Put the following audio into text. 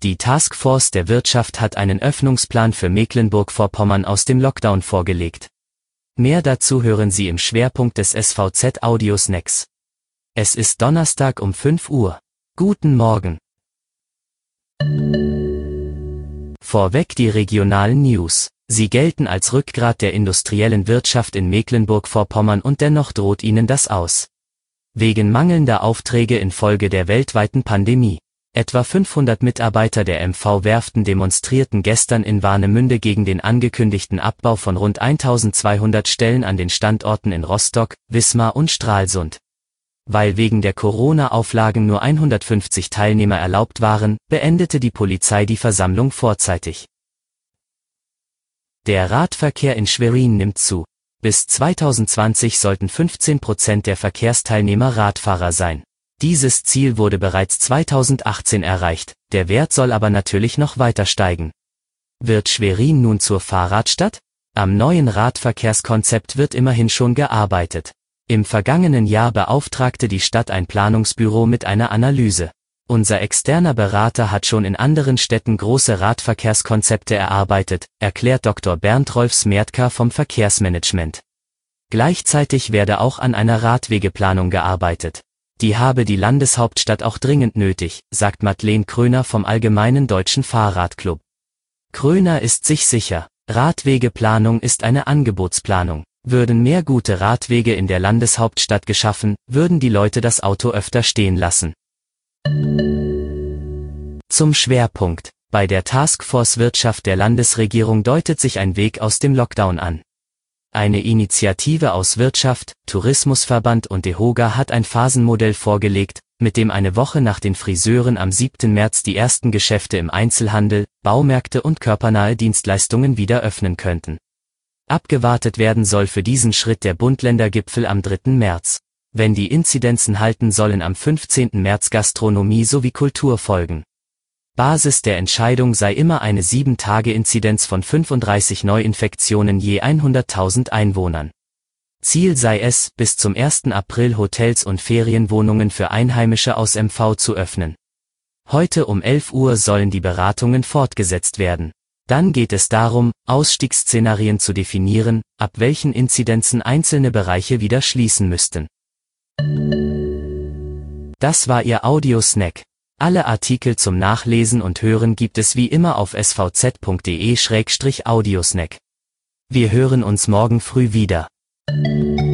Die Taskforce der Wirtschaft hat einen Öffnungsplan für Mecklenburg-Vorpommern aus dem Lockdown vorgelegt. Mehr dazu hören Sie im Schwerpunkt des SVZ Audio Snacks. Es ist Donnerstag um 5 Uhr. Guten Morgen. Vorweg die regionalen News. Sie gelten als Rückgrat der industriellen Wirtschaft in Mecklenburg-Vorpommern und dennoch droht ihnen das aus. Wegen mangelnder Aufträge infolge der weltweiten Pandemie. Etwa 500 Mitarbeiter der MV-Werften demonstrierten gestern in Warnemünde gegen den angekündigten Abbau von rund 1200 Stellen an den Standorten in Rostock, Wismar und Stralsund. Weil wegen der Corona-Auflagen nur 150 Teilnehmer erlaubt waren, beendete die Polizei die Versammlung vorzeitig. Der Radverkehr in Schwerin nimmt zu. Bis 2020 sollten 15% der Verkehrsteilnehmer Radfahrer sein. Dieses Ziel wurde bereits 2018 erreicht, der Wert soll aber natürlich noch weiter steigen. Wird Schwerin nun zur Fahrradstadt? Am neuen Radverkehrskonzept wird immerhin schon gearbeitet. Im vergangenen Jahr beauftragte die Stadt ein Planungsbüro mit einer Analyse. Unser externer Berater hat schon in anderen Städten große Radverkehrskonzepte erarbeitet, erklärt Dr. Bernd Rolfs-Mertka vom Verkehrsmanagement. Gleichzeitig werde auch an einer Radwegeplanung gearbeitet. Die habe die Landeshauptstadt auch dringend nötig, sagt Madeleine Kröner vom Allgemeinen Deutschen Fahrradclub. Kröner ist sich sicher, Radwegeplanung ist eine Angebotsplanung. Würden mehr gute Radwege in der Landeshauptstadt geschaffen, würden die Leute das Auto öfter stehen lassen. Zum Schwerpunkt. Bei der Taskforce Wirtschaft der Landesregierung deutet sich ein Weg aus dem Lockdown an. Eine Initiative aus Wirtschaft, Tourismusverband und DEHOGA hat ein Phasenmodell vorgelegt, mit dem eine Woche nach den Friseuren am 7. März die ersten Geschäfte im Einzelhandel, Baumärkte und körpernahe Dienstleistungen wieder öffnen könnten. Abgewartet werden soll für diesen Schritt der Bund-Länder-Gipfel am 3. März. Wenn die Inzidenzen halten, sollen am 15. März Gastronomie sowie Kultur folgen. Basis der Entscheidung sei immer eine 7-Tage-Inzidenz von 35 Neuinfektionen je 100.000 Einwohnern. Ziel sei es, bis zum 1. April Hotels und Ferienwohnungen für Einheimische aus MV zu öffnen. Heute um 11 Uhr sollen die Beratungen fortgesetzt werden. Dann geht es darum, Ausstiegsszenarien zu definieren, ab welchen Inzidenzen einzelne Bereiche wieder schließen müssten. Das war Ihr Audiosnack. Alle Artikel zum Nachlesen und Hören gibt es wie immer auf svz.de/audiosnack. Wir hören uns morgen früh wieder.